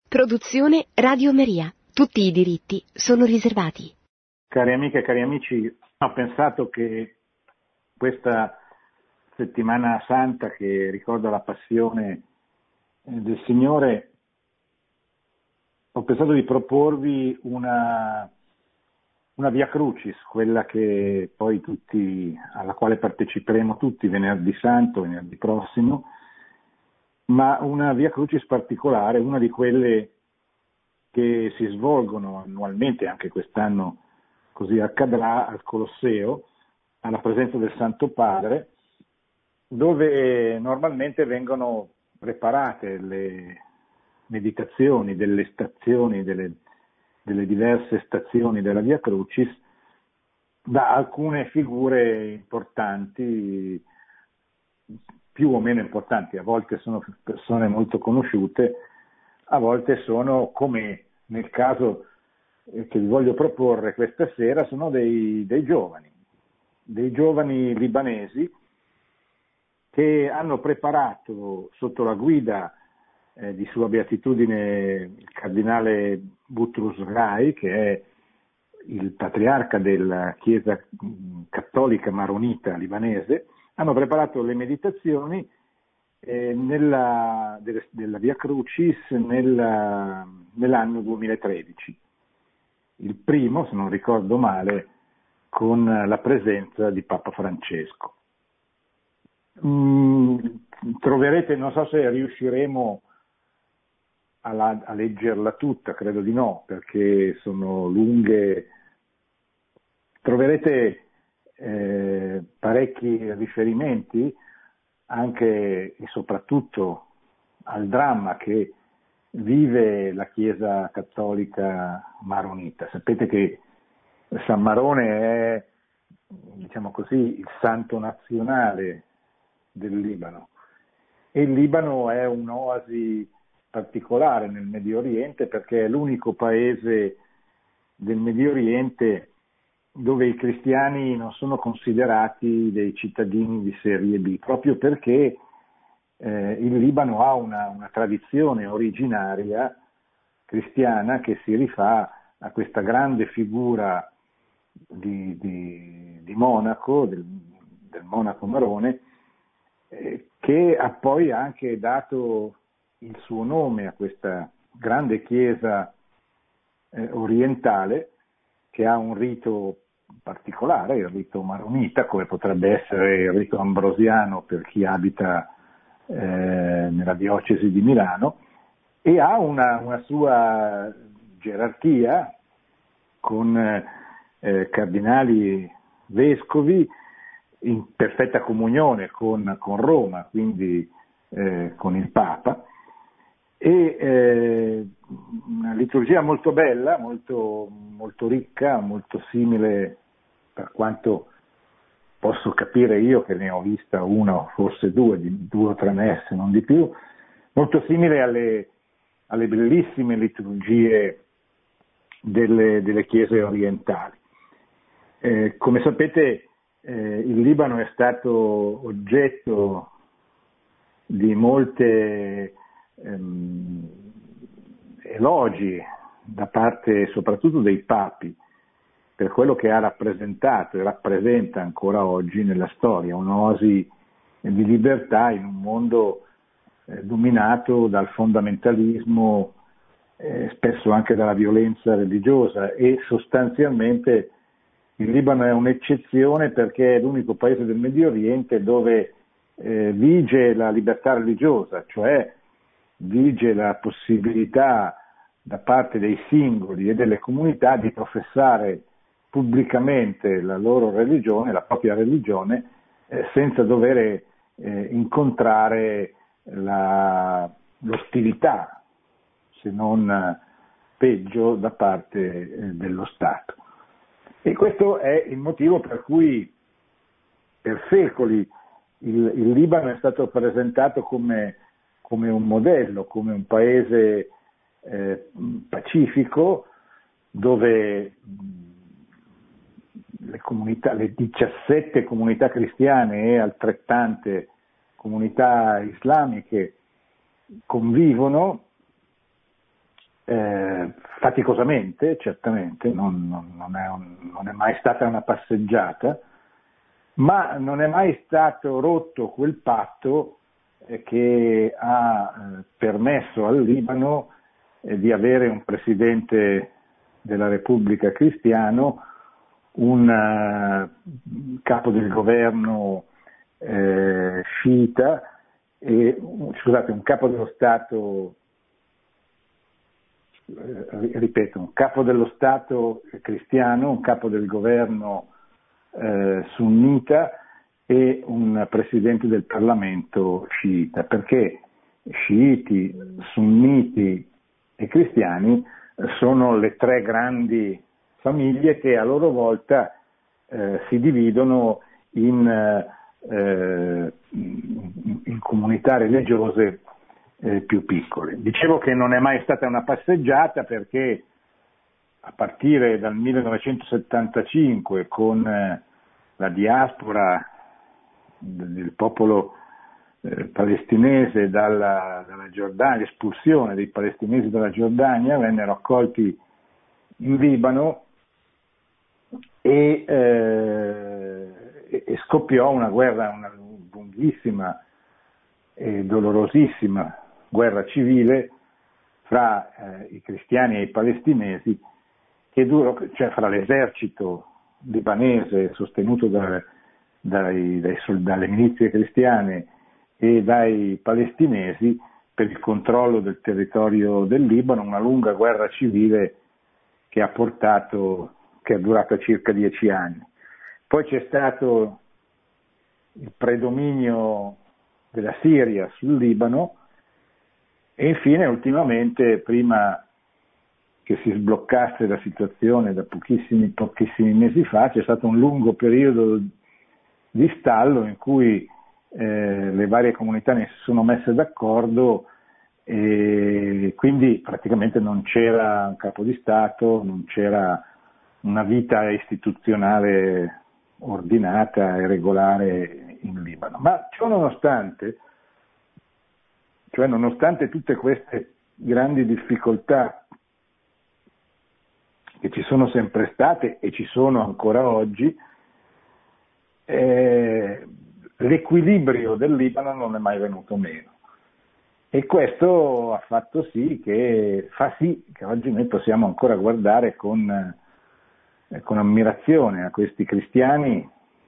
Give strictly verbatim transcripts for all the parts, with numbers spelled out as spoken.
Produzione Radio Maria. Tutti i diritti sono riservati. Cari amiche e cari amici, ho pensato che questa settimana santa che ricorda la passione del Signore, ho pensato di proporvi una, una Via Crucis, quella che poi tutti, alla quale parteciperemo tutti venerdì santo, venerdì prossimo, ma una Via Crucis particolare, una di quelle che si svolgono annualmente, anche quest'anno così accadrà, al Colosseo, alla presenza del Santo Padre, dove normalmente vengono preparate le meditazioni delle stazioni, delle, delle diverse stazioni della Via Crucis, da alcune figure importanti, più o meno importanti, a volte sono persone molto conosciute, a volte sono, come nel caso che vi voglio proporre questa sera, sono dei, dei giovani, dei giovani libanesi che hanno preparato sotto la guida eh, di Sua Beatitudine il cardinale Boutros Ghali, che è il patriarca della Chiesa cattolica maronita libanese, hanno preparato le meditazioni eh, nella, delle, della Via Crucis nella, nell'anno duemilatredici. Il primo, se non ricordo male, con la presenza di Papa Francesco. Mm, troverete, non so se riusciremo a, la, a leggerla tutta, credo di no, perché sono lunghe. Troverete eh, parecchi riferimenti anche e soprattutto al dramma che vive la Chiesa cattolica maronita. Sapete che San Marone è, diciamo così, il santo nazionale del Libano, e il Libano è un'oasi particolare nel Medio Oriente perché è l'unico paese del Medio Oriente dove i cristiani non sono considerati dei cittadini di serie B, proprio perché eh, il Libano ha una, una tradizione originaria cristiana che si rifà a questa grande figura di, di, di monaco, del, del monaco Marone, eh, che ha poi anche dato il suo nome a questa grande chiesa eh, orientale, che ha un rito particolare, il rito maronita, come potrebbe essere il rito ambrosiano per chi abita eh, nella diocesi di Milano, e ha una, una sua gerarchia con eh, cardinali vescovi in perfetta comunione con, con Roma, quindi eh, con il Papa, e eh, una liturgia molto bella, molto, molto ricca, molto simile, per quanto posso capire io che ne ho vista una o forse due, di, due o tre messe, non di più, molto simile alle, alle bellissime liturgie delle, delle chiese orientali. Eh, come sapete eh, il Libano è stato oggetto di molte ehm, elogi da parte soprattutto dei papi per quello che ha rappresentato e rappresenta ancora oggi nella storia, un'oasi di libertà in un mondo eh, dominato dal fondamentalismo, eh, spesso anche dalla violenza religiosa, e sostanzialmente il Libano è un'eccezione perché è l'unico paese del Medio Oriente dove eh, vige la libertà religiosa, cioè vige la possibilità da parte dei singoli e delle comunità di professare pubblicamente la loro religione, la propria religione, eh, senza dover eh, incontrare la, l'ostilità, se non peggio, da parte eh, dello Stato. E questo è il motivo per cui per secoli il, il Libano è stato presentato come, come un modello, come un paese eh, pacifico, dove le comunità, le diciassette comunità cristiane e altrettante comunità islamiche convivono eh, faticosamente, certamente, non, non, non, è un, non è mai stata una passeggiata, ma non è mai stato rotto quel patto eh, che ha eh, permesso al Libano eh, di avere un presidente della Repubblica cristiano, un uh, capo del governo eh, sciita e scusate, un capo dello Stato eh, ripeto, un capo dello Stato cristiano, un capo del governo eh, sunnita e un presidente del Parlamento sciita, perché sciiti, sunniti e cristiani sono le tre grandi famiglie che a loro volta eh, si dividono in, eh, in comunità religiose eh, più piccole. Dicevo che non è mai stata una passeggiata perché a partire dal millenovecentosettantacinque con eh, la diaspora del popolo eh, palestinese dalla, dalla Giordania, l'espulsione dei palestinesi dalla Giordania, vennero accolti in Libano e, eh, e scoppiò una guerra, una lunghissima e dolorosissima guerra civile fra eh, i cristiani e i palestinesi, che durò, cioè fra l'esercito libanese sostenuto da, dai, dai, dalle milizie cristiane e dai palestinesi per il controllo del territorio del Libano, una lunga guerra civile che ha portato, che è durata circa dieci anni. Poi c'è stato il predominio della Siria sul Libano e infine ultimamente, prima che si sbloccasse la situazione da pochissimi, pochissimi mesi fa, c'è stato un lungo periodo di stallo in cui eh, le varie comunità ne si sono messe d'accordo e quindi praticamente non c'era un capo di Stato, non c'era una vita istituzionale ordinata e regolare in Libano. Ma ciò nonostante, cioè nonostante tutte queste grandi difficoltà che ci sono sempre state e ci sono ancora oggi, eh, l'equilibrio del Libano non è mai venuto meno. E questo ha fatto sì che, fa sì che oggi noi possiamo ancora guardare con, eh, con ammirazione a questi cristiani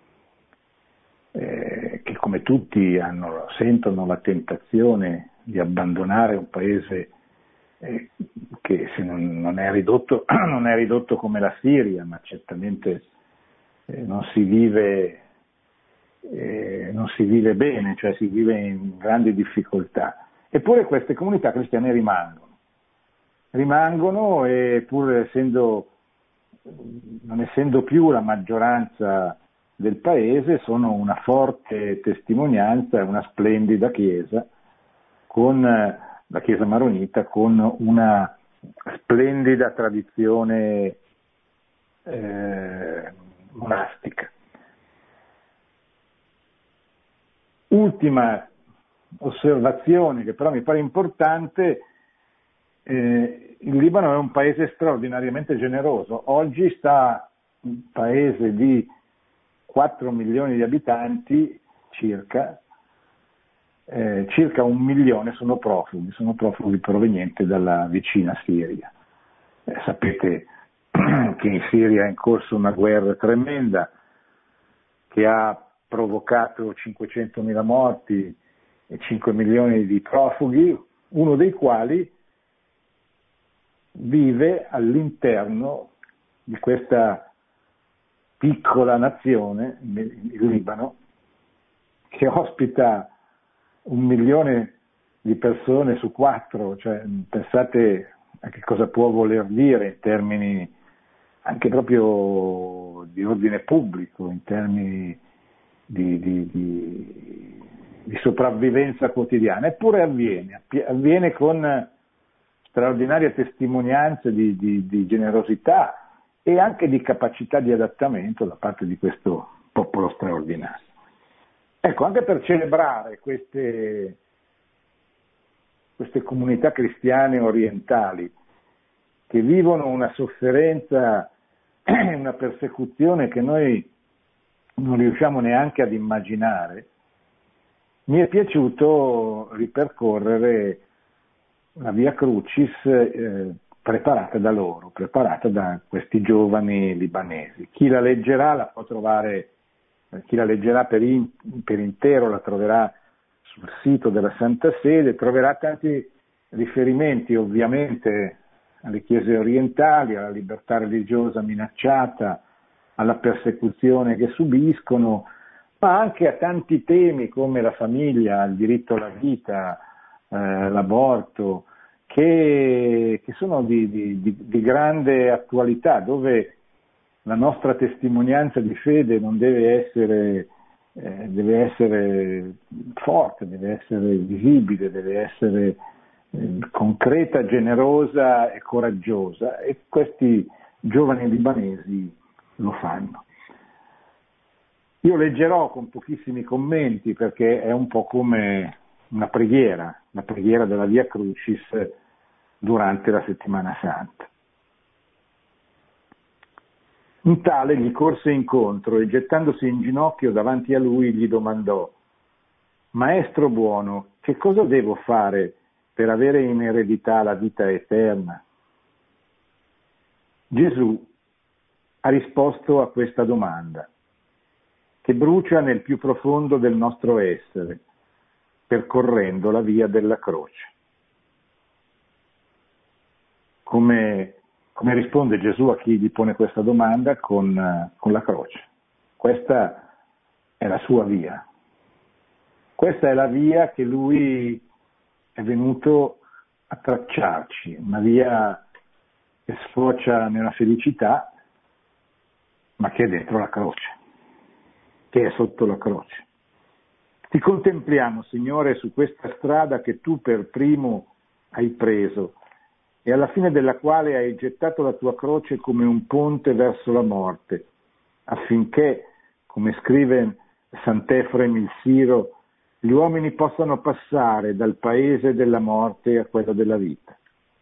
eh, che come tutti hanno, sentono la tentazione di abbandonare un paese eh, che se non, non, è ridotto, non è ridotto come la Siria, ma certamente eh, non si vive, eh, non si vive bene, cioè si vive in grandi difficoltà. Eppure queste comunità cristiane rimangono, rimangono e pur essendo, non essendo più la maggioranza del paese, sono una forte testimonianza, una splendida chiesa, con la chiesa maronita, con una splendida tradizione eh, monastica. Ultima osservazione che però mi pare importante, eh, il Libano è un paese straordinariamente generoso. Oggi sta un paese di quattro milioni di abitanti circa, eh, circa un milione sono profughi, sono profughi provenienti dalla vicina Siria. Eh, sapete che in Siria è in corso una guerra tremenda che ha provocato cinquecentomila morti e cinque milioni di profughi, uno dei quali vive all'interno di questa piccola nazione, il Libano, che ospita un milione di persone su quattro, cioè pensate a che cosa può voler dire in termini anche proprio di ordine pubblico, in termini di, di, di, di sopravvivenza quotidiana. Eppure avviene, avviene con straordinarie testimonianze di, di, di generosità e anche di capacità di adattamento da parte di questo popolo straordinario. Ecco, anche per celebrare queste, queste comunità cristiane orientali che vivono una sofferenza, una persecuzione che noi non riusciamo neanche ad immaginare, mi è piaciuto ripercorrere la Via Crucis eh, preparata da loro, preparata da questi giovani libanesi. Chi la leggerà la può trovare, eh, chi la leggerà per, in, per intero la troverà sul sito della Santa Sede, troverà tanti riferimenti ovviamente alle chiese orientali, alla libertà religiosa minacciata, alla persecuzione che subiscono, ma anche a tanti temi come la famiglia, il diritto alla vita, eh, l'aborto, che, che sono di, di, di, di grande attualità, dove la nostra testimonianza di fede non deve essere, eh, deve essere forte, deve essere visibile, deve essere eh, concreta, generosa e coraggiosa, e questi giovani libanesi lo fanno. Io leggerò con pochissimi commenti perché è un po' come una preghiera, la preghiera della Via Crucis durante la Settimana Santa. Un tale gli corse incontro e gettandosi in ginocchio davanti a lui gli domandò: Maestro buono, che cosa devo fare per avere in eredità la vita eterna? Gesù ha risposto a questa domanda, che brucia nel più profondo del nostro essere, percorrendo la via della croce. Come, come risponde Gesù a chi gli pone questa domanda? Con, con la croce. Questa è la sua via. Questa è la via che lui è venuto a tracciarci, una via che sfocia nella felicità, ma che è dentro la croce, che è sotto la croce. Ti contempliamo, Signore, su questa strada che tu per primo hai preso e alla fine della quale hai gettato la tua croce come un ponte verso la morte, affinché, come scrive Sant'Efrem il Siro, gli uomini possano passare dal paese della morte a quello della vita.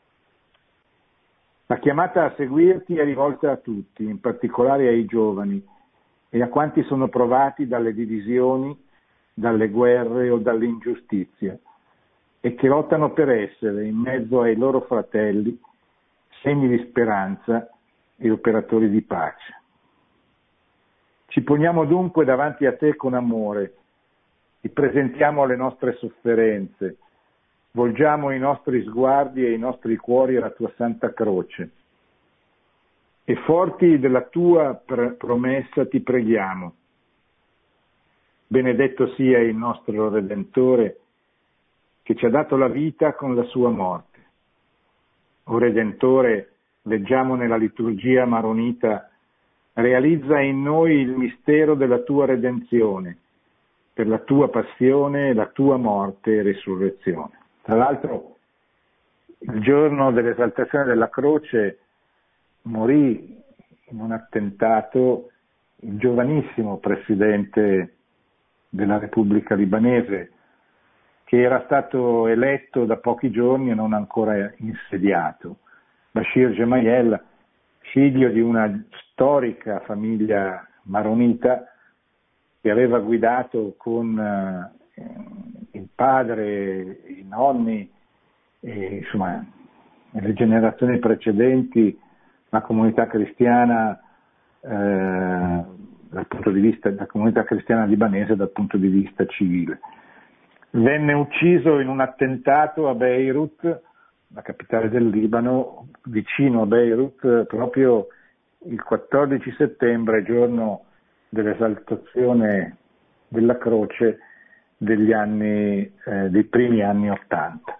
La chiamata a seguirti è rivolta a tutti, in particolare ai giovani e a quanti sono provati dalle divisioni, dalle guerre o dall'ingiustizia e che lottano per essere, in mezzo ai loro fratelli, segni di speranza e operatori di pace. Ci poniamo dunque davanti a te con amore, ti presentiamo le nostre sofferenze, volgiamo i nostri sguardi e i nostri cuori alla tua Santa Croce e forti della tua pr- promessa ti preghiamo. Benedetto sia il nostro Redentore che ci ha dato la vita con la sua morte. O Redentore, leggiamo nella liturgia maronita, realizza in noi il mistero della tua redenzione, per la tua passione, la tua morte e risurrezione. Tra l'altro, il giorno dell'esaltazione della croce morì in un attentato il giovanissimo presidente della Repubblica Libanese, che era stato eletto da pochi giorni e non ancora insediato, Bashir Gemayel, figlio di una storica famiglia maronita che aveva guidato con eh, il padre, i nonni, e, insomma, nelle generazioni precedenti la comunità cristiana eh, dal punto di vista della comunità cristiana libanese dal punto di vista civile. Venne ucciso in un attentato a Beirut, la capitale del Libano, vicino a Beirut, proprio il quattordici settembre, giorno dell'esaltazione della croce degli anni, eh, dei primi anni Ottanta.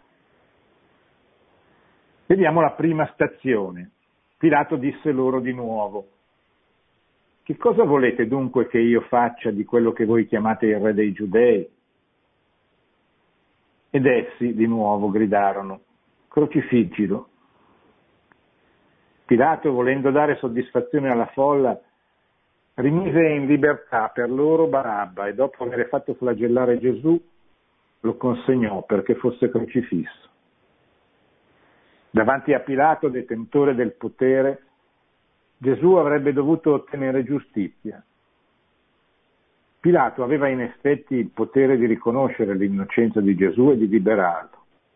Vediamo la prima stazione. Pilato disse loro di nuovo: che cosa volete dunque che io faccia di quello che voi chiamate il re dei Giudei? Ed essi di nuovo gridarono: crocifiggilo. Pilato, volendo dare soddisfazione alla folla, rimise in libertà per loro Barabba e dopo aver fatto flagellare Gesù lo consegnò perché fosse crocifisso. Davanti a Pilato, detentore del potere, Gesù avrebbe dovuto ottenere giustizia. Pilato aveva in effetti il potere di riconoscere l'innocenza di Gesù e di liberarlo.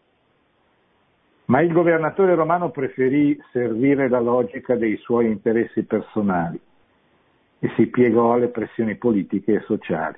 Ma il governatore romano preferì servire la logica dei suoi interessi personali e si piegò alle pressioni politiche e sociali.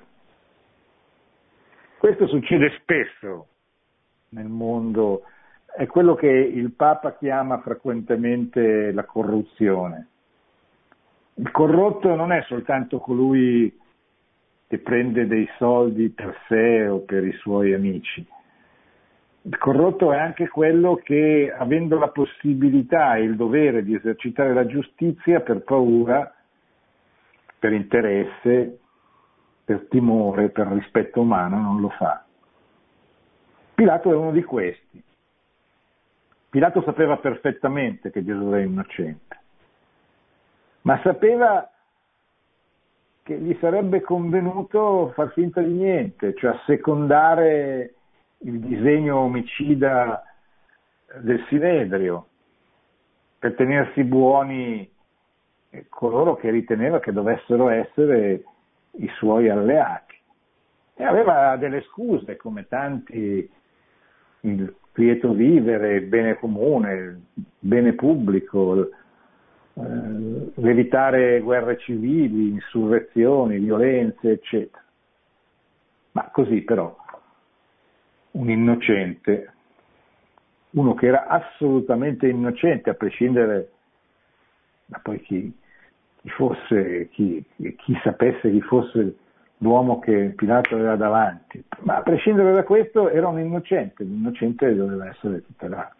Questo succede spesso nel mondo, è quello che il Papa chiama frequentemente la corruzione. Il corrotto non è soltanto colui che prende dei soldi per sé o per i suoi amici. Il corrotto è anche quello che, avendo la possibilità e il dovere di esercitare la giustizia, per paura, per interesse, per timore, per rispetto umano, non lo fa. Pilato è uno di questi. Pilato sapeva perfettamente che Gesù era innocente, ma sapeva che gli sarebbe convenuto far finta di niente, cioè assecondare il disegno omicida del Sinedrio, per tenersi buoni coloro che riteneva che dovessero essere i suoi alleati. E aveva delle scuse, come tanti, il quieto vivere, il bene comune, il bene pubblico, eh, l'evitare guerre civili, insurrezioni, violenze, eccetera. Ma così però un innocente, uno che era assolutamente innocente, a prescindere da poi chi, chi fosse, chi, chi sapesse chi fosse l'uomo che Pilato aveva davanti, ma a prescindere da questo era un innocente, l'innocente doveva essere tutelato.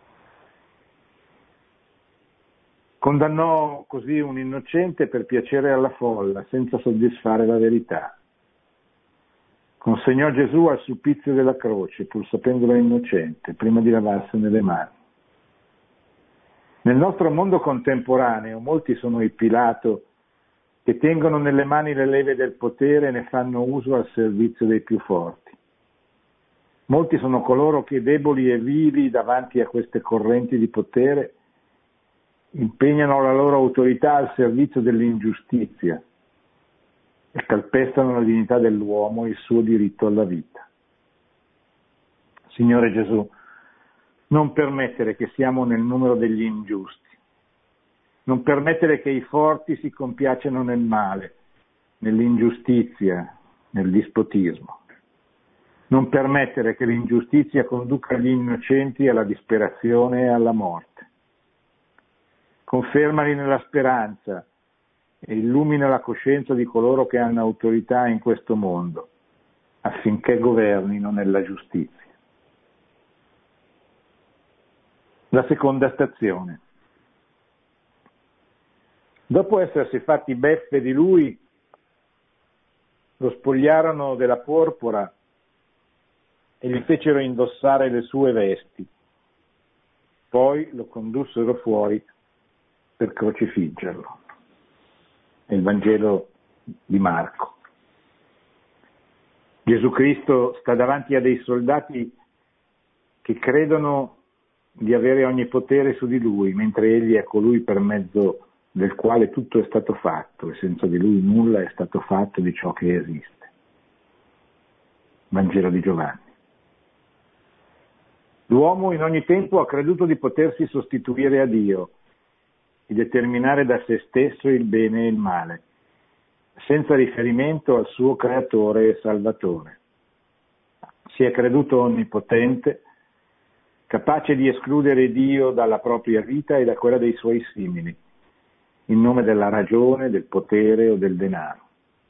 Condannò così un innocente per piacere alla folla, senza soddisfare la verità. Consegnò Gesù al supplizio della croce, pur sapendolo innocente, prima di lavarsene le mani. Nel nostro mondo contemporaneo molti sono i Pilato che tengono nelle mani le leve del potere e ne fanno uso al servizio dei più forti. Molti sono coloro che, deboli e vili davanti a queste correnti di potere, impegnano la loro autorità al servizio dell'ingiustizia e calpestano la dignità dell'uomo e il suo diritto alla vita. Signore Gesù, non permettere che siamo nel numero degli ingiusti, non permettere che i forti si compiacciano nel male, nell'ingiustizia, nel dispotismo. Non permettere che l'ingiustizia conduca gli innocenti alla disperazione e alla morte. Confermali nella speranza e illumina la coscienza di coloro che hanno autorità in questo mondo, affinché governino nella giustizia. La seconda stazione. Dopo essersi fatti beffe di lui, lo spogliarono della porpora e gli fecero indossare le sue vesti. Poi lo condussero fuori per crocifiggerlo. È il Vangelo di Marco. Gesù Cristo sta davanti a dei soldati che credono di avere ogni potere su di lui, mentre egli è colui per mezzo del quale tutto è stato fatto e senza di lui nulla è stato fatto di ciò che esiste. Vangelo di Giovanni. L'uomo in ogni tempo ha creduto di potersi sostituire a Dio e determinare da se stesso il bene e il male, senza riferimento al suo creatore e salvatore. Si è creduto onnipotente, capace di escludere Dio dalla propria vita e da quella dei suoi simili, in nome della ragione, del potere o del denaro.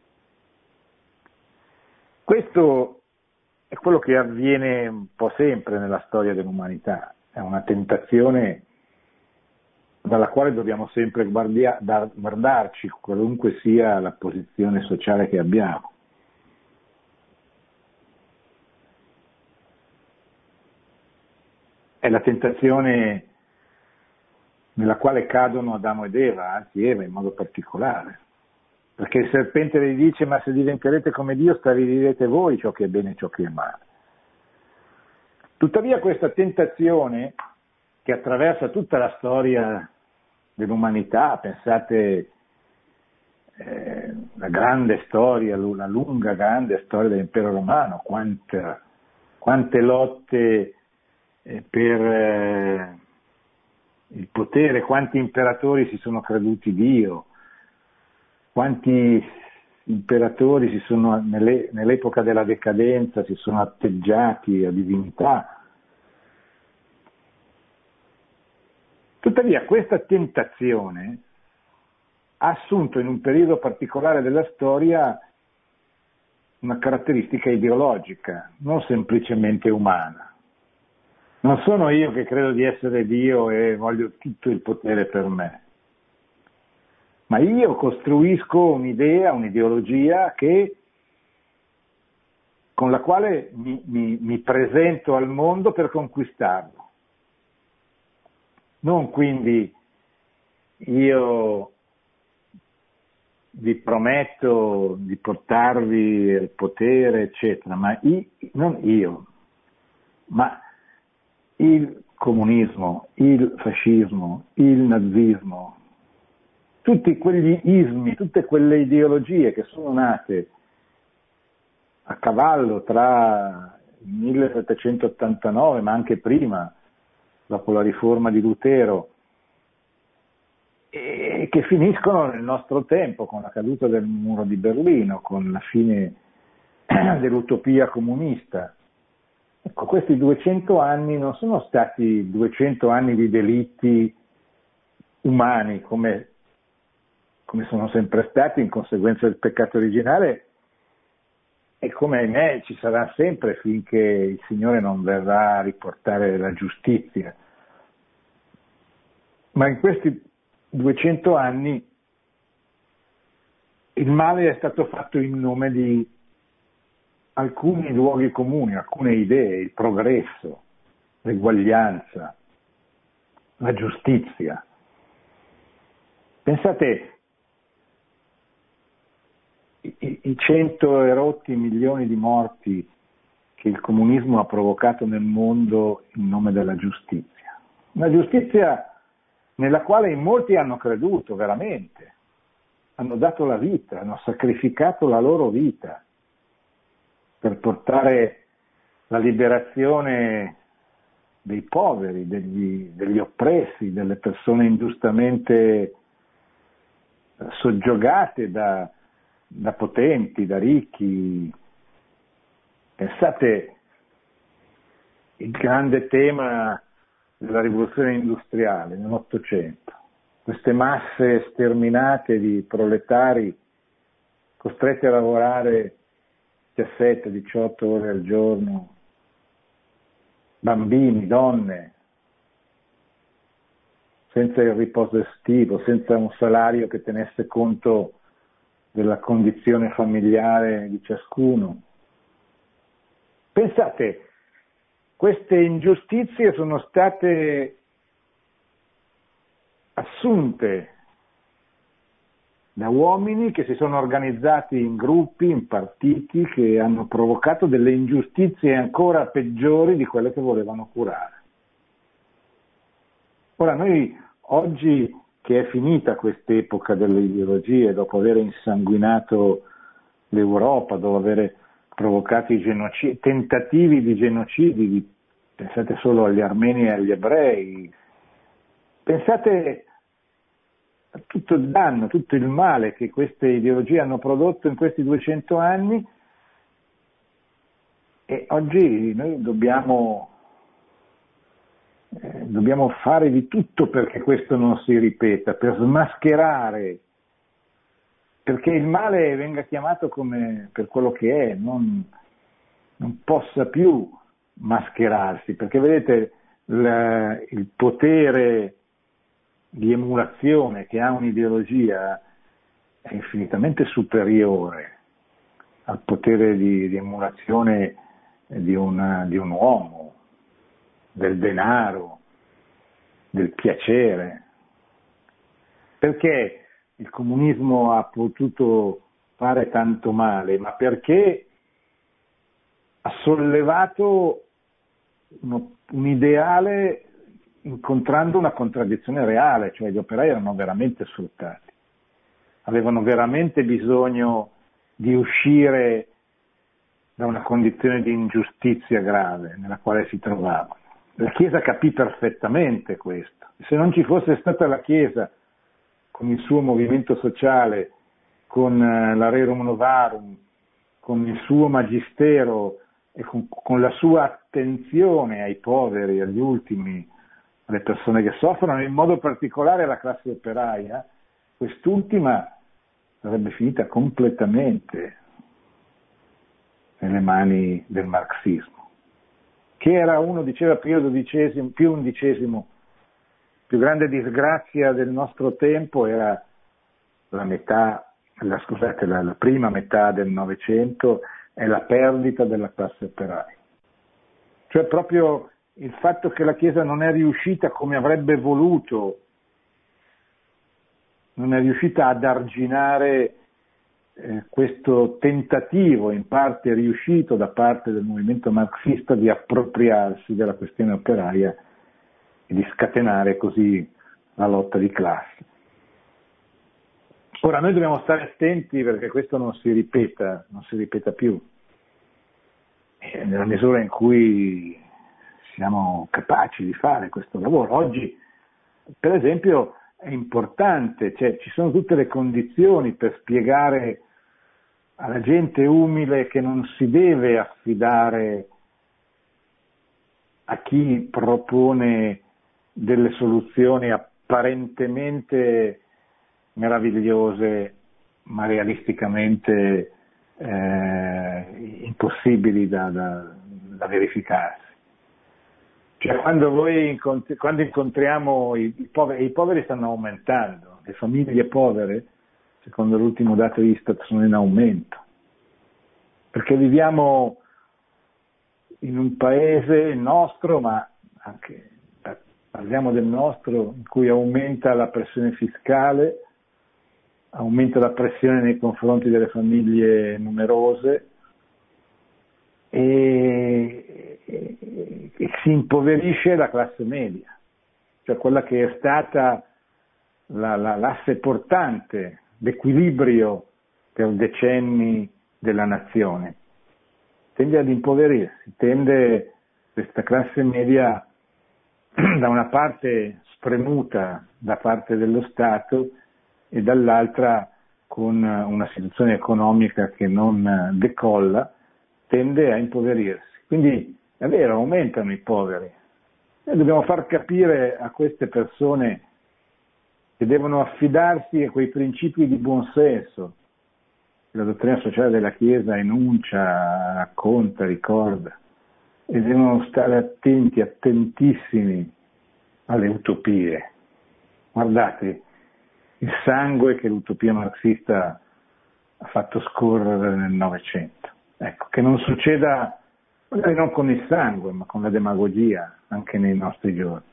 Questo è quello che avviene un po' sempre nella storia dell'umanità, è una tentazione dalla quale dobbiamo sempre guardia, da, guardarci, qualunque sia la posizione sociale che abbiamo. È la tentazione nella quale cadono Adamo ed Eva, anzi Eva in modo particolare. Perché il serpente gli dice: ma se diventerete come Dio, stabilirete voi ciò che è bene e ciò che è male. Tuttavia questa tentazione che attraversa tutta la storia dell'umanità. Pensate eh, la grande storia, la lunga grande storia dell'impero romano, quante, quante lotte eh, per eh, il potere, quanti imperatori si sono creduti Dio, quanti imperatori si sono, nelle, nell'epoca della decadenza, si sono atteggiati a divinità. Tuttavia questa tentazione ha assunto in un periodo particolare della storia una caratteristica ideologica, non semplicemente umana. Non sono io che credo di essere Dio e voglio tutto il potere per me, ma io costruisco un'idea, un'ideologia che, con la quale mi, mi, mi presento al mondo per conquistarlo. Non quindi io vi prometto di portarvi il potere, eccetera, ma io, non io, ma il comunismo, il fascismo, il nazismo, tutti quegli ismi, tutte quelle ideologie che sono nate a cavallo tra il millesettecentottantanove, ma anche prima, dopo la riforma di Lutero, e che finiscono nel nostro tempo con la caduta del muro di Berlino, con la fine dell'utopia comunista. Ecco, questi duecento anni non sono stati duecento anni di delitti umani come, come sono sempre stati in conseguenza del peccato originale e come ahimè ci sarà sempre finché il Signore non verrà a riportare la giustizia. Ma in questi duecento anni il male è stato fatto in nome di alcuni luoghi comuni, alcune idee, il progresso, l'eguaglianza, la giustizia. Pensate, i, i cento erotti milioni di morti che il comunismo ha provocato nel mondo in nome della giustizia. Una giustizia nella quale in molti hanno creduto veramente, hanno dato la vita, hanno sacrificato la loro vita per portare la liberazione dei poveri, degli, degli oppressi, delle persone ingiustamente soggiogate da, da potenti, da ricchi. Pensate il grande tema della rivoluzione industriale nell'Ottocento, queste masse sterminate di proletari costretti a lavorare diciassette diciotto ore al giorno, bambini, donne, senza il riposo estivo, senza un salario che tenesse conto della condizione familiare di ciascuno. Pensate, queste ingiustizie sono state assunte da uomini che si sono organizzati in gruppi, in partiti, che hanno provocato delle ingiustizie ancora peggiori di quelle che volevano curare. Ora noi oggi, che è finita quest'epoca delle ideologie, dopo aver insanguinato l'Europa, dopo aver provocato i genocidi, tentativi di genocidi, pensate solo agli armeni e agli ebrei, pensate a tutto il danno, tutto il male che queste ideologie hanno prodotto in questi duecento anni, e oggi noi dobbiamo, eh, dobbiamo fare di tutto perché questo non si ripeta, per smascherare, perché il male venga chiamato come per quello che è, non, non possa più mascherarsi, perché vedete la, il potere di emulazione che ha un'ideologia è infinitamente superiore al potere di, di emulazione di, una, di un uomo, del denaro, del piacere. Perché il comunismo ha potuto fare tanto male? Ma perché ha sollevato uno, un ideale incontrando una contraddizione reale, cioè gli operai erano veramente sfruttati, avevano veramente bisogno di uscire da una condizione di ingiustizia grave nella quale si trovavano. La Chiesa capì perfettamente questo. Se non ci fosse stata la Chiesa con il suo movimento sociale, con la Rerum Novarum, con il suo magistero e con, con la sua attenzione ai poveri, agli ultimi, alle persone che soffrono, in modo particolare alla classe operaia, quest'ultima sarebbe finita completamente nelle mani del marxismo, che era, uno diceva, più dodicesimo, più undicesimo, più grande disgrazia del nostro tempo era la metà, la, scusate, la, la prima metà del Novecento, è la perdita della classe operaia. Cioè proprio il fatto che la Chiesa non è riuscita come avrebbe voluto, non è riuscita ad arginare eh, questo tentativo, in parte riuscito da parte del movimento marxista, di appropriarsi della questione operaia e di scatenare così la lotta di classe. Ora noi dobbiamo stare attenti perché questo non si ripeta, non si ripeta più. E nella misura in cui siamo capaci di fare questo lavoro. Oggi, per esempio, è importante, cioè ci sono tutte le condizioni per spiegare alla gente umile che non si deve affidare a chi propone delle soluzioni apparentemente meravigliose, ma realisticamente eh, impossibili da, da, da verificarsi. Cioè quando voi incontri, quando incontriamo i, i poveri, i poveri stanno aumentando, le famiglie povere, secondo l'ultimo dato Istat, sono in aumento, perché viviamo in un paese nostro, ma anche parliamo del nostro, in cui aumenta la pressione fiscale, aumenta la pressione nei confronti delle famiglie numerose e, e, e si impoverisce la classe media, cioè quella che è stata la, la, l'asse portante, l'equilibrio per decenni della nazione. Tende ad impoverirsi, tende questa classe media da una parte spremuta da parte dello Stato e dall'altra con una situazione economica che non decolla, tende a impoverirsi. Quindi è vero, aumentano i poveri. Noi dobbiamo far capire a queste persone che devono affidarsi a quei principi di buonsenso che la dottrina sociale della Chiesa enuncia, racconta, ricorda, e devono stare attenti, attentissimi alle utopie. Guardate il sangue che l'utopia marxista ha fatto scorrere nel Novecento. Ecco, che non succeda, magari non con il sangue, ma con la demagogia, anche nei nostri giorni.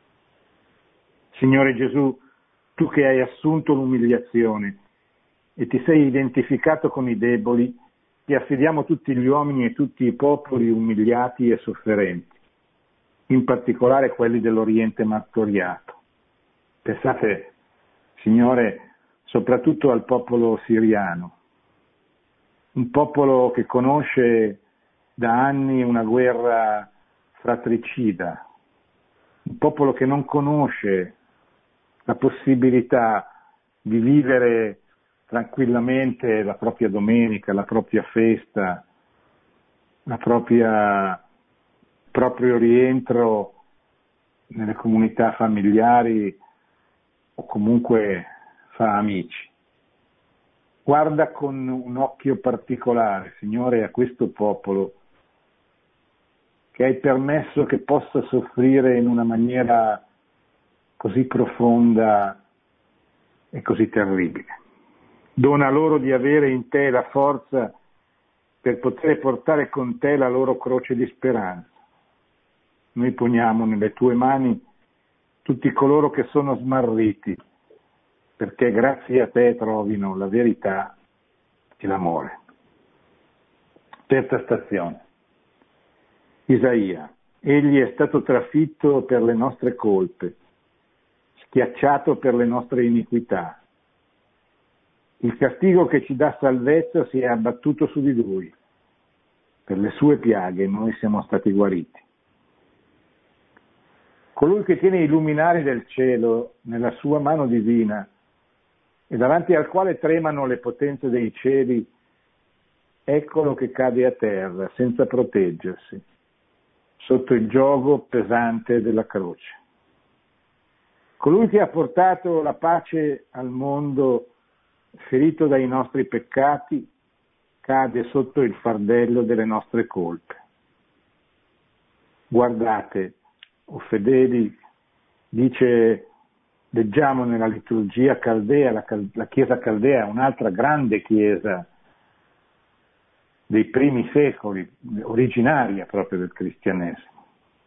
Signore Gesù, tu che hai assunto l'umiliazione e ti sei identificato con i deboli, ti affidiamo tutti gli uomini e tutti i popoli umiliati e sofferenti, in particolare quelli dell'Oriente martoriato. Pensate, Signore, soprattutto al popolo siriano, un popolo che conosce da anni una guerra fratricida, un popolo che non conosce la possibilità di vivere tranquillamente la propria domenica, la propria festa, la propria, il proprio rientro nelle comunità familiari o comunque fra amici. Guarda con un occhio particolare, Signore, a questo popolo che hai permesso che possa soffrire in una maniera così profonda e così terribile. Dona loro di avere in te la forza per poter portare con te la loro croce di speranza. Noi poniamo nelle tue mani tutti coloro che sono smarriti, perché grazie a te trovino la verità e l'amore. Terza stazione. Isaia. Egli è stato trafitto per le nostre colpe, schiacciato per le nostre iniquità. Il castigo che ci dà salvezza si è abbattuto su di lui. Per le sue piaghe noi siamo stati guariti. Colui che tiene i luminari del cielo nella sua mano divina e davanti al quale tremano le potenze dei cieli, eccolo che cade a terra senza proteggersi, sotto il giogo pesante della croce. Colui che ha portato la pace al mondo, ferito dai nostri peccati, cade sotto il fardello delle nostre colpe. Guardate, o fedeli, dice, leggiamo nella liturgia caldea, la, la chiesa caldea è un'altra grande chiesa dei primi secoli, originaria proprio del cristianesimo,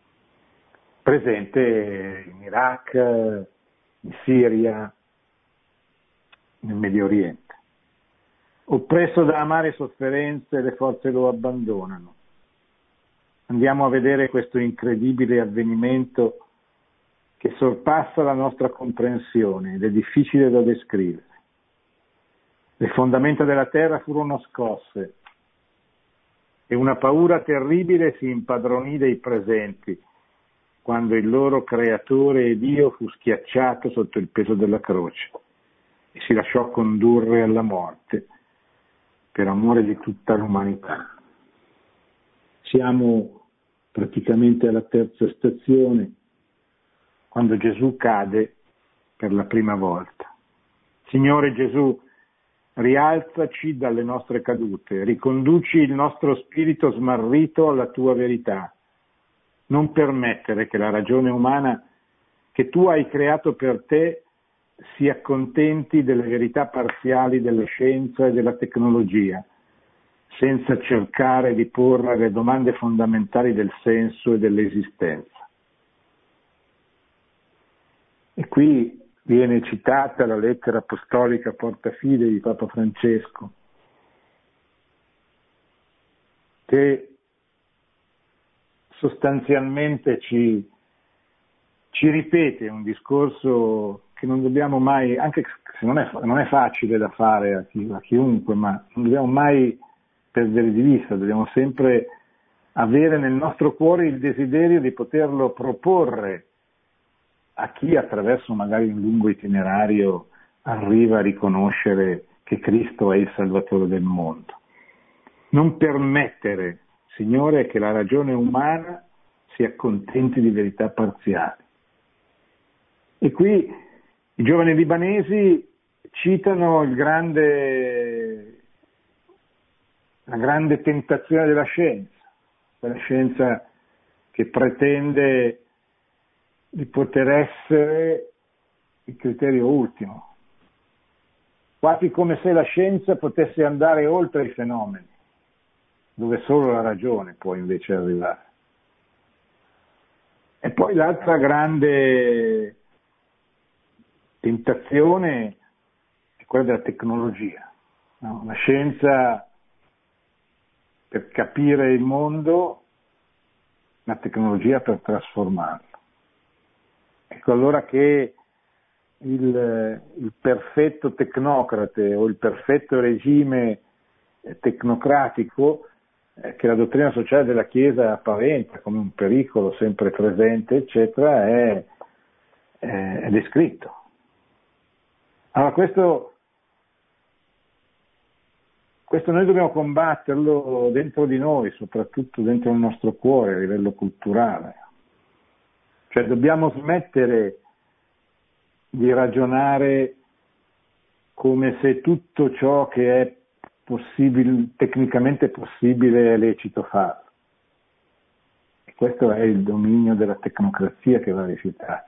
presente in Iraq, in Siria, nel Medio Oriente. Oppresso da amare sofferenze, le forze lo abbandonano. Andiamo a vedere questo incredibile avvenimento che sorpassa la nostra comprensione ed è difficile da descrivere. Le fondamenta della terra furono scosse e una paura terribile si impadronì dei presenti quando il loro creatore e Dio fu schiacciato sotto il peso della croce e si lasciò condurre alla morte per amore di tutta l'umanità. Siamo praticamente alla terza stazione, quando Gesù cade per la prima volta. Signore Gesù, rialzaci dalle nostre cadute, riconduci il nostro spirito smarrito alla tua verità. Non permettere che la ragione umana che tu hai creato per te si accontenti delle verità parziali della scienza e della tecnologia, senza cercare di porre le domande fondamentali del senso e dell'esistenza. E qui viene citata la lettera apostolica Porta Fide di Papa Francesco, che sostanzialmente ci, ci ripete un discorso che non dobbiamo mai, anche se non è, non è facile da fare a, chi, a chiunque, ma non dobbiamo mai perdere di vista, dobbiamo sempre avere nel nostro cuore il desiderio di poterlo proporre a chi attraverso magari un lungo itinerario arriva a riconoscere che Cristo è il Salvatore del mondo. Non permettere, Signore, che la ragione umana si accontenti di verità parziali. E qui i giovani libanesi citano il grande, la grande tentazione della scienza, quella scienza che pretende di poter essere il criterio ultimo, quasi come se la scienza potesse andare oltre i fenomeni, dove solo la ragione può invece arrivare. E poi l'altra grande tentazione è quella della tecnologia, no? La scienza per capire il mondo, la tecnologia per trasformarlo. Ecco allora che il, il perfetto tecnocrate o il perfetto regime tecnocratico eh, che la dottrina sociale della Chiesa paventa come un pericolo sempre presente, eccetera, è, è, è descritto. Allora questo, questo noi dobbiamo combatterlo dentro di noi, soprattutto dentro il nostro cuore a livello culturale. Cioè dobbiamo smettere di ragionare come se tutto ciò che è possibile, tecnicamente possibile è lecito farlo. E questo è il dominio della tecnocrazia che va rifiutato.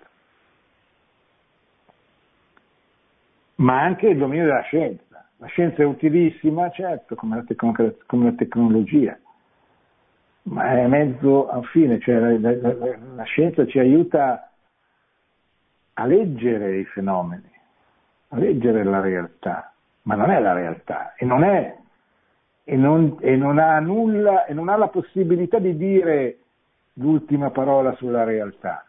Ma anche il dominio della scienza. La scienza è utilissima, certo, come la, tecnocrazia, come la tecnologia, ma è mezzo a un fine, cioè la, la, la, la scienza ci aiuta a leggere i fenomeni, a leggere la realtà, ma non è la realtà e non è e non, e non ha nulla e non ha la possibilità di dire l'ultima parola sulla realtà,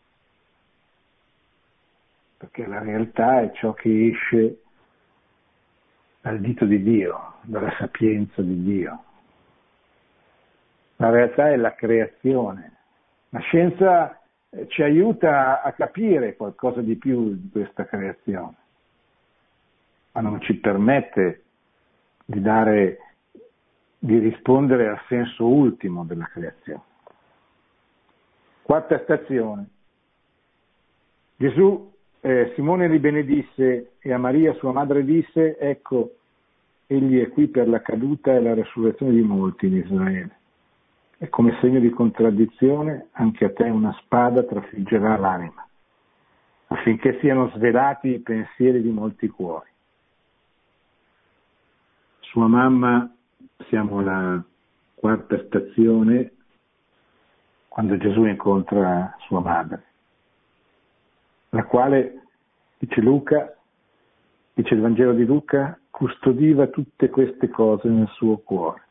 perché la realtà è ciò che esce dal dito di Dio, dalla sapienza di Dio. La realtà è la creazione. La scienza ci aiuta a capire qualcosa di più di questa creazione, ma non ci permette di dare, di rispondere al senso ultimo della creazione. Quarta stazione. Gesù, eh, Simone li benedisse e a Maria sua madre disse: ecco, egli è qui per la caduta e la resurrezione di molti in Israele. E come segno di contraddizione anche a te una spada trafiggerà l'anima, affinché siano svelati i pensieri di molti cuori. Sua mamma, siamo alla quarta stazione, quando Gesù incontra sua madre, la quale, dice Luca, dice il Vangelo di Luca, custodiva tutte queste cose nel suo cuore.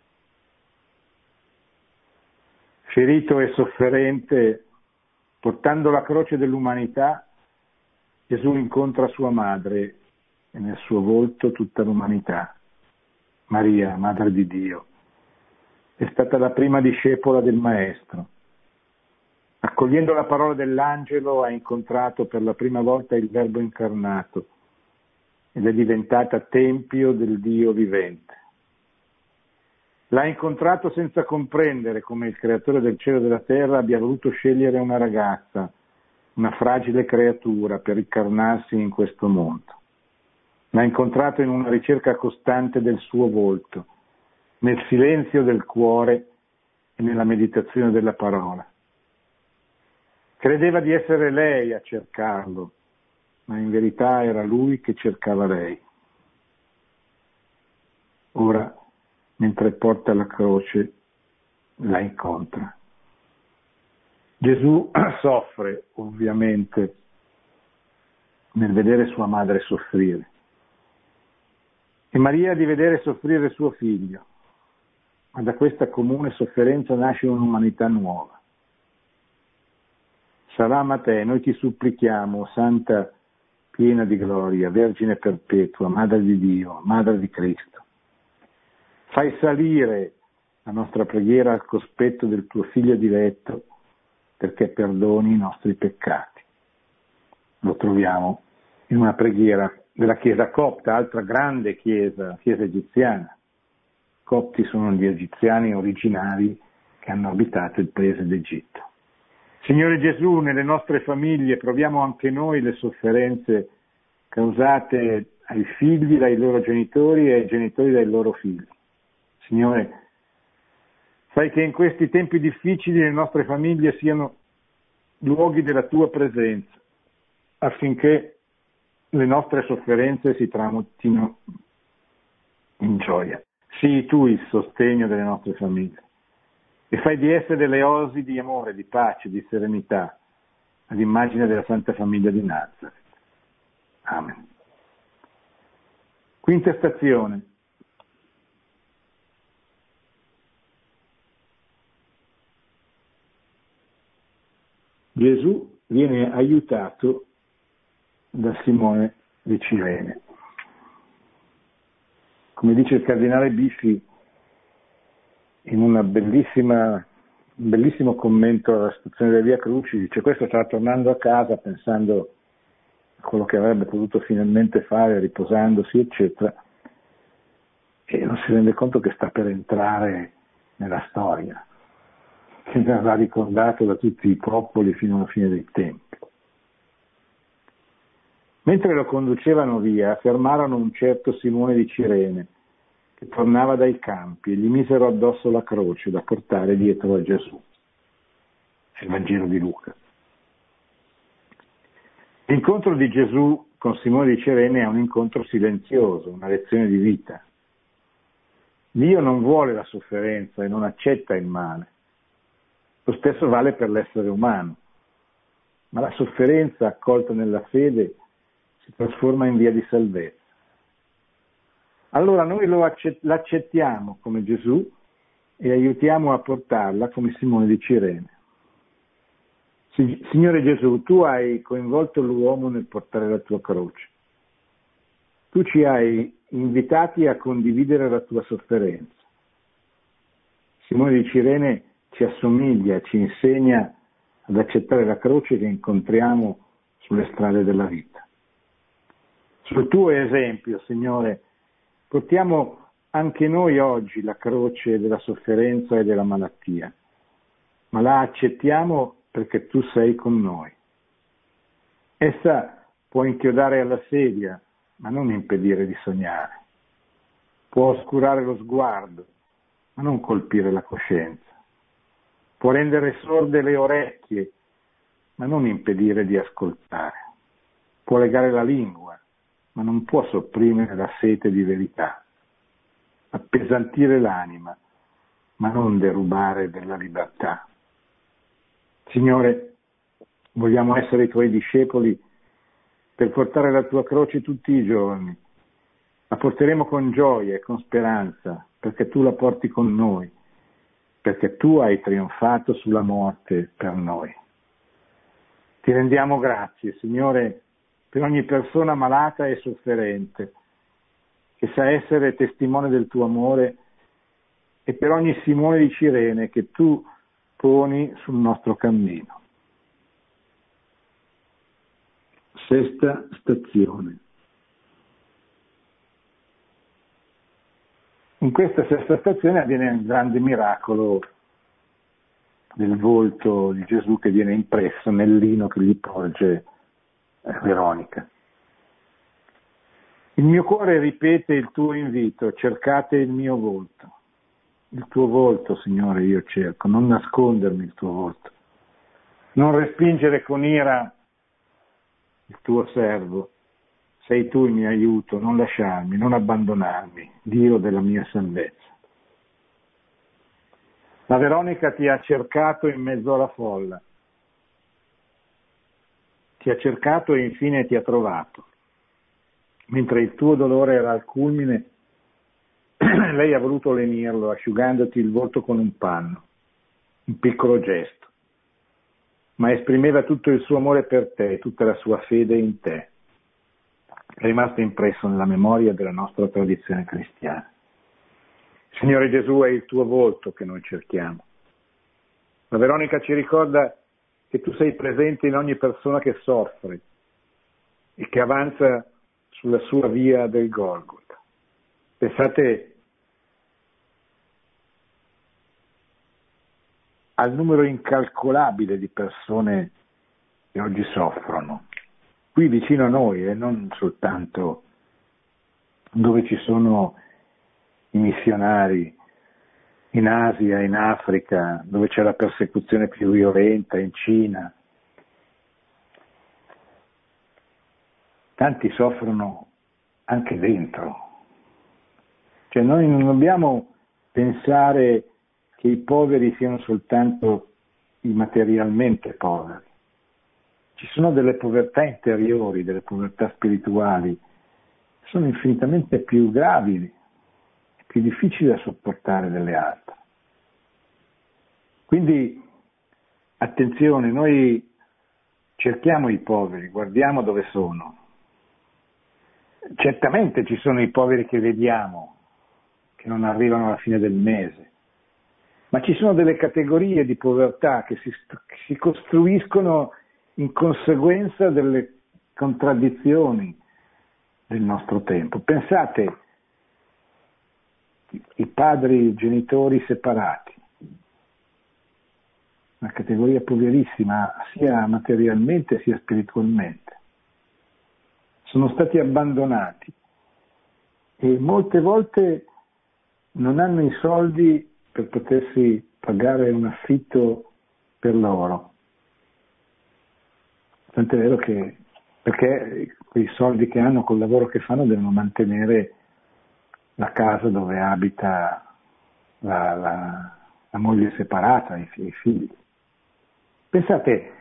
Ferito e sofferente, portando la croce dell'umanità, Gesù incontra sua madre e nel suo volto tutta l'umanità. Maria, Madre di Dio, è stata la prima discepola del Maestro. Accogliendo la parola dell'angelo ha incontrato per la prima volta il Verbo incarnato ed è diventata tempio del Dio vivente. L'ha incontrato senza comprendere come il creatore del cielo e della terra abbia voluto scegliere una ragazza, una fragile creatura, per incarnarsi in questo mondo. L'ha incontrato in una ricerca costante del suo volto, nel silenzio del cuore e nella meditazione della parola. Credeva di essere lei a cercarlo, ma in verità era lui che cercava lei. Ora, mentre porta la croce, la incontra. Gesù soffre, ovviamente, nel vedere sua madre soffrire. E Maria di vedere soffrire suo figlio. Ma da questa comune sofferenza nasce un'umanità nuova. Salam a te, noi ti supplichiamo, Santa piena di gloria, Vergine perpetua, Madre di Dio, Madre di Cristo. Fai salire la nostra preghiera al cospetto del tuo Figlio diletto, perché perdoni i nostri peccati. Lo troviamo in una preghiera della Chiesa copta, altra grande chiesa, chiesa egiziana. Copti sono gli egiziani originari che hanno abitato il paese d'Egitto. Signore Gesù, nelle nostre famiglie proviamo anche noi le sofferenze causate ai figli dai loro genitori e ai genitori dai loro figli. Signore, fai che in questi tempi difficili le nostre famiglie siano luoghi della tua presenza, affinché le nostre sofferenze si tramutino in gioia. Sii tu il sostegno delle nostre famiglie e fai di esse delle oasi di amore, di pace, di serenità, all'immagine della Santa Famiglia di Nazareth. Amen. Quinta stazione. Gesù viene aiutato da Simone di Cirene. Come dice il cardinale Biffi in una bellissima, un bellissimo commento alla stazione della Via Crucis, dice: questo sta tornando a casa pensando a quello che avrebbe potuto finalmente fare, riposandosi, eccetera, e non si rende conto che sta per entrare nella storia, che verrà ricordato da tutti i popoli fino alla fine dei tempi. Mentre lo conducevano via, fermarono un certo Simone di Cirene, che tornava dai campi, e gli misero addosso la croce da portare dietro a Gesù. È il Vangelo di Luca. L'incontro di Gesù con Simone di Cirene è un incontro silenzioso, una lezione di vita. Dio non vuole la sofferenza e non accetta il male. Lo stesso vale per l'essere umano. Ma la sofferenza accolta nella fede si trasforma in via di salvezza. Allora noi lo l'accettiamo come Gesù e aiutiamo a portarla come Simone di Cirene. Signore Gesù, tu hai coinvolto l'uomo nel portare la tua croce. Tu ci hai invitati a condividere la tua sofferenza. Simone di Cirene ci assomiglia, ci insegna ad accettare la croce che incontriamo sulle strade della vita. Sul tuo esempio, Signore, portiamo anche noi oggi la croce della sofferenza e della malattia, ma la accettiamo perché tu sei con noi. Essa può inchiodare alla sedia, ma non impedire di sognare. Può oscurare lo sguardo, ma non colpire la coscienza. Può rendere sorde le orecchie, ma non impedire di ascoltare. Può legare la lingua, ma non può sopprimere la sete di verità. Appesantire l'anima, ma non derubare della libertà. Signore, vogliamo essere i tuoi discepoli per portare la tua croce tutti i giorni. La porteremo con gioia e con speranza, perché tu la porti con noi, perché tu hai trionfato sulla morte per noi. Ti rendiamo grazie, Signore, per ogni persona malata e sofferente, che sa essere testimone del tuo amore, e per ogni Simone di Cirene che tu poni sul nostro cammino. Sesta stazione. In questa sesta stazione avviene un grande miracolo del volto di Gesù che viene impresso nel lino che gli porge Veronica. Il mio cuore ripete il tuo invito, cercate il mio volto. Il tuo volto, Signore, io cerco, non nascondermi il tuo volto, non respingere con ira il tuo servo. Sei tu il mio aiuto, non lasciarmi, non abbandonarmi, Dio della mia salvezza. La Veronica ti ha cercato in mezzo alla folla, ti ha cercato e infine ti ha trovato. Mentre il tuo dolore era al culmine, lei ha voluto lenirlo, asciugandoti il volto con un panno, un piccolo gesto, ma esprimeva tutto il suo amore per te, tutta la sua fede in te. È rimasto impresso nella memoria della nostra tradizione cristiana. Signore Gesù, è il tuo volto che noi cerchiamo. La Veronica ci ricorda che tu sei presente in ogni persona che soffre e che avanza sulla sua via del Golgota. Pensate al numero incalcolabile di persone che oggi soffrono, qui vicino a noi e non soltanto dove ci sono i missionari, in Asia, in Africa, dove c'è la persecuzione più violenta, in Cina. Tanti soffrono anche dentro. Cioè noi non dobbiamo pensare che i poveri siano soltanto i materialmente poveri. Ci sono delle povertà interiori, delle povertà spirituali, che sono infinitamente più gravi, più difficili da sopportare delle altre. Quindi, attenzione, noi cerchiamo i poveri, guardiamo dove sono. Certamente ci sono i poveri che vediamo, che non arrivano alla fine del mese, ma ci sono delle categorie di povertà che si, che si costruiscono in conseguenza delle contraddizioni del nostro tempo. Pensate i padri, i genitori separati, una categoria poverissima sia materialmente sia spiritualmente. Sono stati abbandonati e molte volte non hanno i soldi per potersi pagare un affitto per loro. Tant'è vero che, perché quei soldi che hanno col lavoro che fanno devono mantenere la casa dove abita la, la, la moglie separata, i, i figli. Pensate,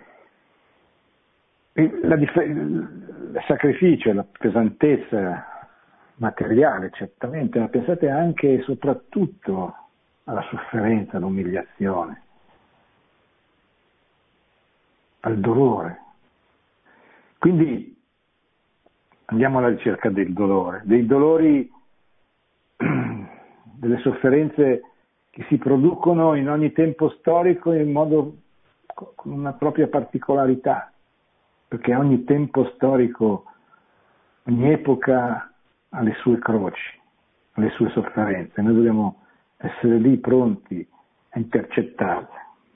la dif- il sacrificio, la pesantezza materiale certamente, ma pensate anche e soprattutto alla sofferenza, all'umiliazione. al dolore. Quindi andiamo alla ricerca del dolore, dei dolori, delle sofferenze che si producono in ogni tempo storico in modo con una propria particolarità, perché ogni tempo storico, ogni epoca ha le sue croci, ha le sue sofferenze, noi dobbiamo essere lì pronti a intercettarle.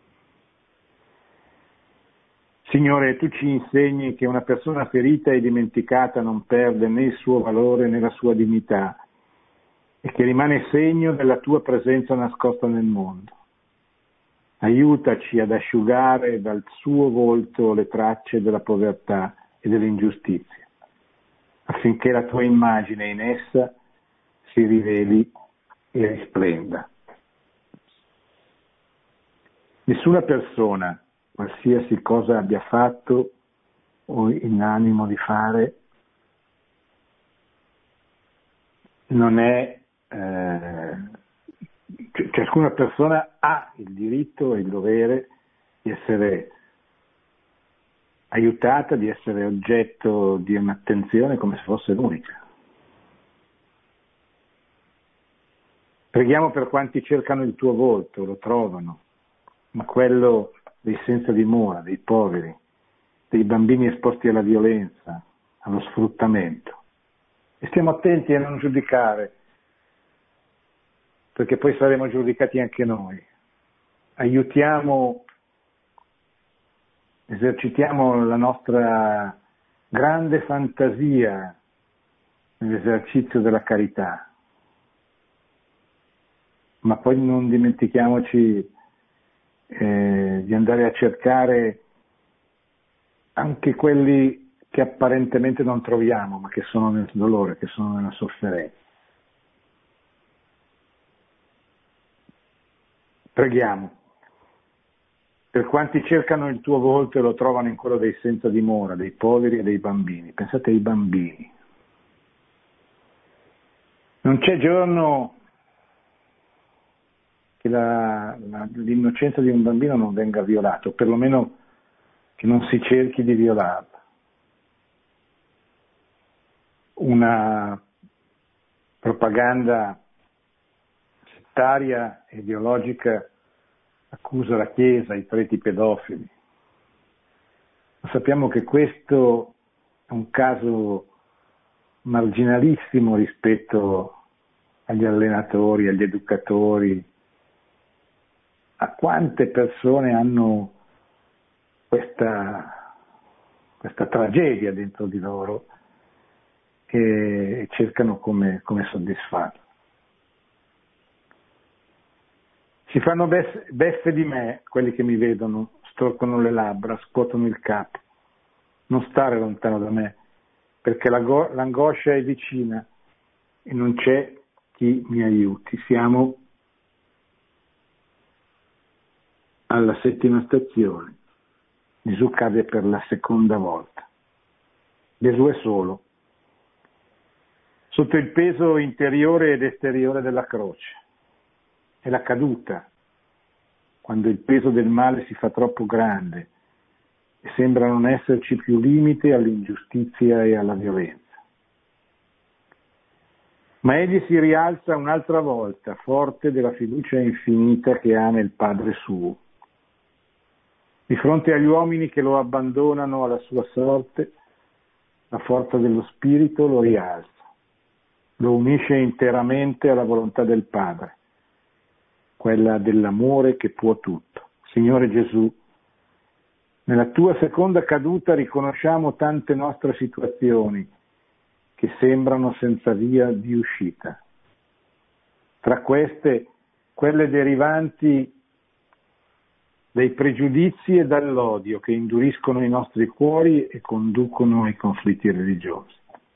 Signore, tu ci insegni che una persona ferita e dimenticata non perde né il suo valore né la sua dignità e che rimane segno della tua presenza nascosta nel mondo. Aiutaci ad asciugare dal suo volto le tracce della povertà e dell'ingiustizia, affinché la tua immagine in essa si riveli e risplenda. Nessuna persona, qualsiasi cosa abbia fatto o in animo di fare, non è, eh, ciascuna persona ha il diritto e il dovere di essere aiutata, di essere oggetto di un'attenzione come se fosse l'unica. Preghiamo per quanti cercano il tuo volto, lo trovano, ma quello dei senza dimora, dei poveri, dei bambini esposti alla violenza, allo sfruttamento. E stiamo attenti a non giudicare, perché poi saremo giudicati anche noi. Aiutiamo, esercitiamo la nostra grande fantasia nell'esercizio della carità, ma poi non dimentichiamoci eh, di andare a cercare anche quelli che apparentemente non troviamo, ma che sono nel dolore, che sono nella sofferenza. Preghiamo per quanti cercano il tuo volto e lo trovano in quello dei senza dimora, dei poveri e dei bambini. Pensate ai bambini. Non c'è giorno che la, la, l'innocenza di un bambino non venga violato, perlomeno che non si cerchi di violarla. Una propaganda settaria e ideologica accusa la Chiesa, i preti pedofili. Ma sappiamo che questo è un caso marginalissimo rispetto agli allenatori, agli educatori, a quante persone hanno questa, questa tragedia dentro di loro e cercano come, come soddisfarla. Si fanno beffe, beffe di me quelli che mi vedono, storcono le labbra, scuotono il capo. Non stare lontano da me, perché l'angoscia è vicina e non c'è chi mi aiuti. Siamo alla settima stazione. Gesù cade per la seconda volta. Gesù è solo, sotto il peso interiore ed esteriore della croce. È la caduta, quando il peso del male si fa troppo grande e sembra non esserci più limite all'ingiustizia e alla violenza. Ma egli si rialza un'altra volta, forte della fiducia infinita che ha nel Padre suo. Di fronte agli uomini che lo abbandonano alla sua sorte, la forza dello Spirito lo rialza, lo unisce interamente alla volontà del Padre, quella dell'amore che può tutto. Signore Gesù, nella tua seconda caduta riconosciamo tante nostre situazioni che sembrano senza via di uscita. Tra queste, quelle derivanti dai pregiudizi e dall'odio che induriscono i nostri cuori e conducono ai conflitti religiosi.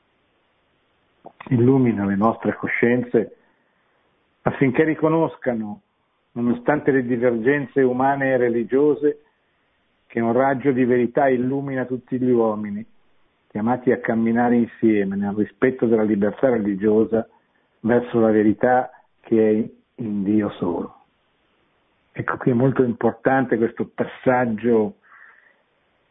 Illumina le nostre coscienze affinché riconoscano, nonostante le divergenze umane e religiose, che un raggio di verità illumina tutti gli uomini, chiamati a camminare insieme nel rispetto della libertà religiosa verso la verità che è in Dio solo. Ecco, qui è molto importante questo passaggio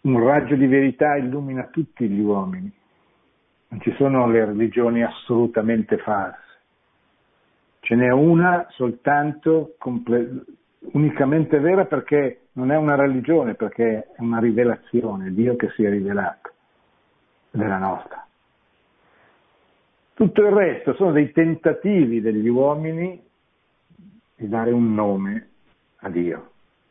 un raggio di verità illumina tutti gli uomini. Non ci sono le religioni assolutamente false. Ce n'è una soltanto, comple- unicamente vera, perché non è una religione, perché è una rivelazione, Dio che si è rivelato, della nostra. Tutto il resto sono dei tentativi degli uomini di dare un nome a Dio.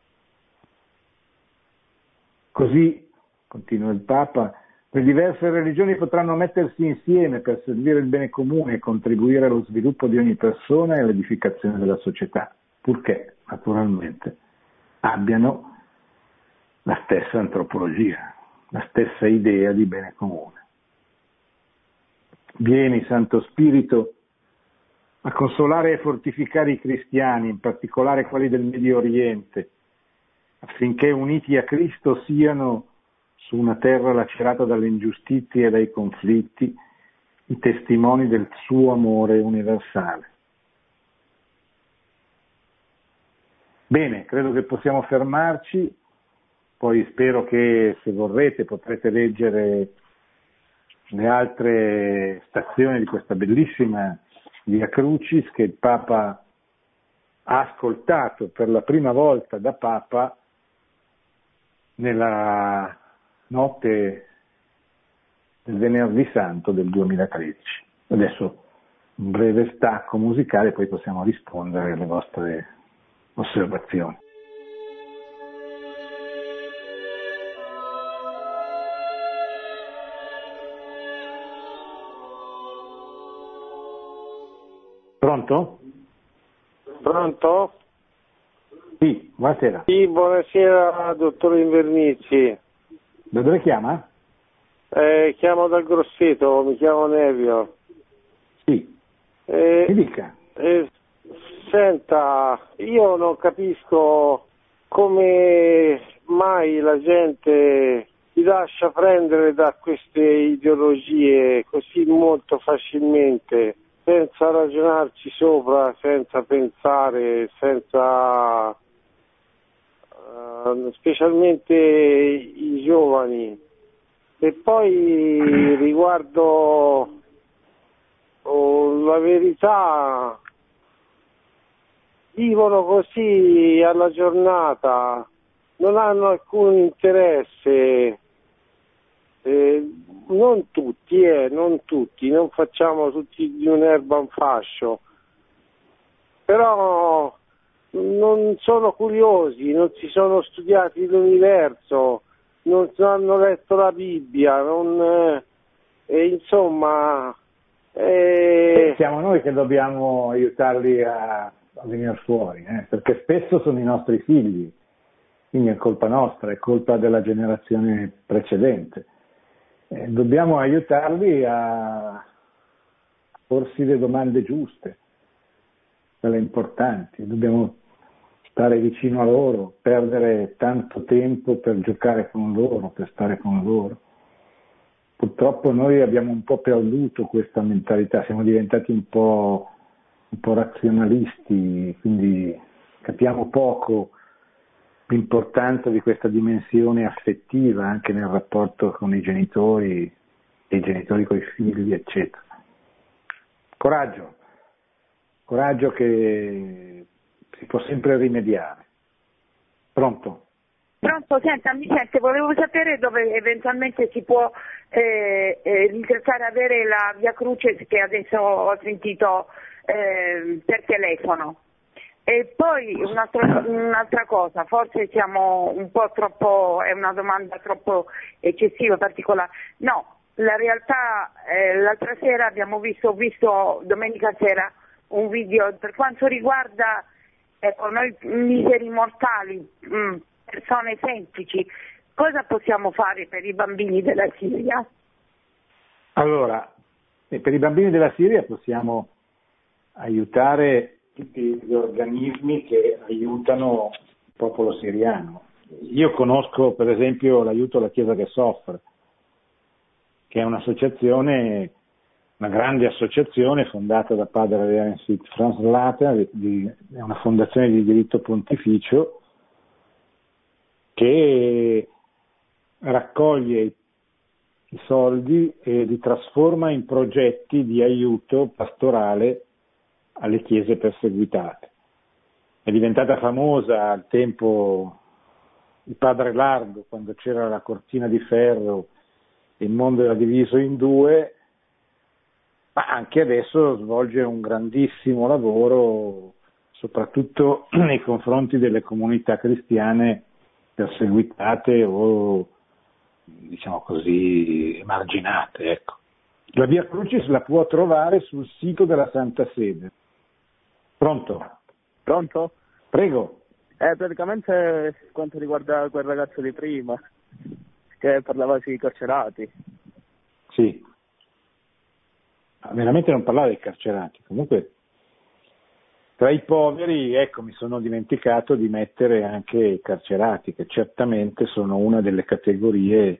Così, continua il Papa, le diverse religioni potranno mettersi insieme per servire il bene comune e contribuire allo sviluppo di ogni persona e all'edificazione della società, purché, naturalmente, abbiano la stessa antropologia, la stessa idea di bene comune. Vieni, Santo Spirito, a consolare e fortificare i cristiani, in particolare quelli del Medio Oriente, affinché uniti a Cristo siano, su una terra lacerata dalle ingiustizie e dai conflitti, i testimoni del suo amore universale. Bene, credo che possiamo fermarci, poi spero che, se vorrete, potrete leggere le altre stazioni di questa bellissima Via Crucis che il Papa ha ascoltato per la prima volta da Papa nella notte del Venerdì Santo del duemilatredici. Adesso un breve stacco musicale, poi possiamo rispondere alle vostre osservazioni. Pronto? Pronto? Sì, buonasera. Sì, buonasera dottor Invernizzi. Da dove chiama? Eh, chiamo dal Grosseto, mi chiamo Nevio. Sì, Eh, mi dica. eh, senta, io non capisco come mai la gente si lascia prendere da queste ideologie così molto facilmente, senza ragionarci sopra, senza pensare, senza uh, specialmente i giovani. E poi riguardo oh, la verità, vivono così alla giornata, non hanno alcun interesse. Eh, non tutti, eh, non tutti, non facciamo tutti di un'erba un fascio, però non sono curiosi, non si sono studiati l'universo, non hanno letto la Bibbia, non, eh, e insomma... Eh... Siamo noi che dobbiamo aiutarli a, a venire fuori, eh, perché spesso sono i nostri figli, quindi è colpa nostra, è colpa della generazione precedente. Eh, dobbiamo aiutarli a porsi le domande giuste, quelle importanti, dobbiamo stare vicino a loro, perdere tanto tempo per giocare con loro, per stare con loro. Purtroppo noi abbiamo un po' perduto questa mentalità, siamo diventati un po', un po' razionalisti, quindi capiamo poco l'importanza di questa dimensione affettiva anche nel rapporto con i genitori, e i genitori con i figli, eccetera. Coraggio, coraggio che si può sempre rimediare. Pronto? Pronto, senta, mi sente, volevo sapere dove eventualmente si può eh, eh, iniziare a avere la Via Crucis che adesso ho sentito eh, per telefono. E poi un'altra, un'altra cosa, forse siamo un po' troppo, è una domanda troppo eccessiva, particolare. No, la realtà, eh, l'altra sera abbiamo visto, ho visto domenica sera un video per quanto riguarda, ecco, noi miseri mortali, mh, persone semplici, cosa possiamo fare per i bambini della Siria? Allora, per i bambini della Siria possiamo aiutare tutti gli organismi che aiutano il popolo siriano. Io conosco per esempio l'aiuto alla Chiesa che soffre, che è un'associazione, una grande associazione fondata da padre Ernst Franz Later, di, è una fondazione di diritto pontificio che raccoglie i, i soldi e li trasforma in progetti di aiuto pastorale alle chiese perseguitate. È diventata famosa al tempo di Padre Largo, quando c'era la cortina di ferro e il mondo era diviso in due, ma anche adesso svolge un grandissimo lavoro, soprattutto nei confronti delle comunità cristiane perseguitate o, diciamo così, emarginate. Ecco. La Via Crucis la può trovare sul sito della Santa Sede. Pronto? Pronto? Prego. Eh, praticamente quanto riguarda quel ragazzo di prima, che parlava sui carcerati. Sì. Veramente non parlava dei carcerati. Comunque, tra i poveri, ecco, mi sono dimenticato di mettere anche i carcerati, che certamente sono una delle categorie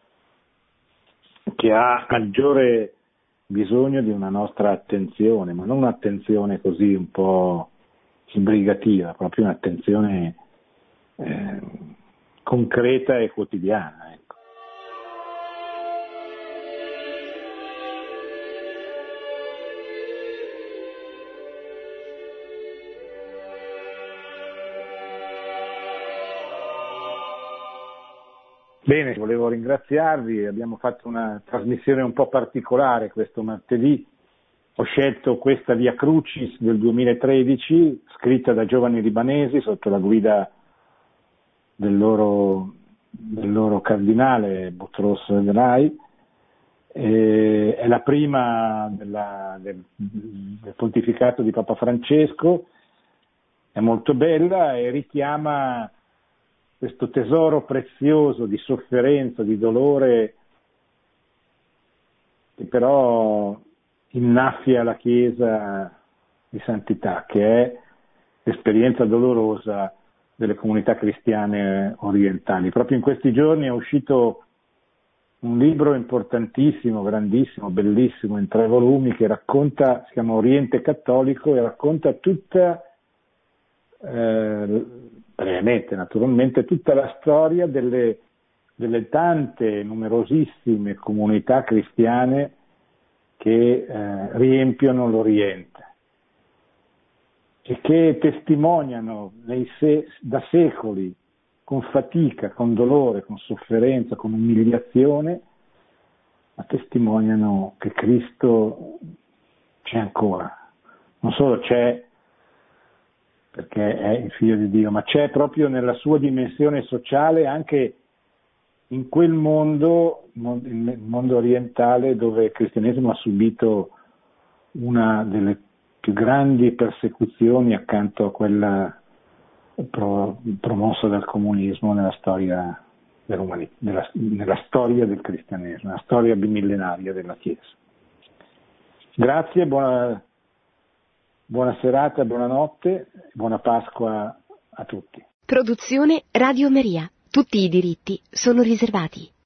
che ha maggiore bisogno di una nostra attenzione, ma non un'attenzione così un po' sbrigativa, proprio un'attenzione eh, concreta e quotidiana. Ecco. Bene, volevo ringraziarvi, abbiamo fatto una trasmissione un po' particolare questo martedì. Ho scelto questa Via Crucis del duemilatredici, scritta da giovani libanesi sotto la guida del loro, del loro cardinale Boutros Ghali. E è la prima della, del, del pontificato di Papa Francesco, è molto bella e richiama questo tesoro prezioso di sofferenza, di dolore, che però innaffia la Chiesa di santità, che è l'esperienza dolorosa delle comunità cristiane orientali. Proprio in questi giorni è uscito un libro importantissimo, grandissimo, bellissimo, in tre volumi, che racconta, si chiama Oriente Cattolico, e racconta tutta, eh, brevemente naturalmente, tutta la storia delle, delle tante, numerosissime comunità cristiane che eh, riempiono l'Oriente e che testimoniano nei se- da secoli, con fatica, con dolore, con sofferenza, con umiliazione, ma testimoniano che Cristo c'è ancora. Non solo c'è perché è il Figlio di Dio, ma c'è proprio nella sua dimensione sociale anche in quel mondo, il mondo orientale, dove il cristianesimo ha subito una delle più grandi persecuzioni accanto a quella pro, promossa dal comunismo nella storia dell'umanità, nella, nella storia del cristianesimo, nella storia bimillenaria della Chiesa. Grazie, buona, buona serata, buonanotte, buona Pasqua a tutti. Produzione Radio Maria. Tutti i diritti sono riservati.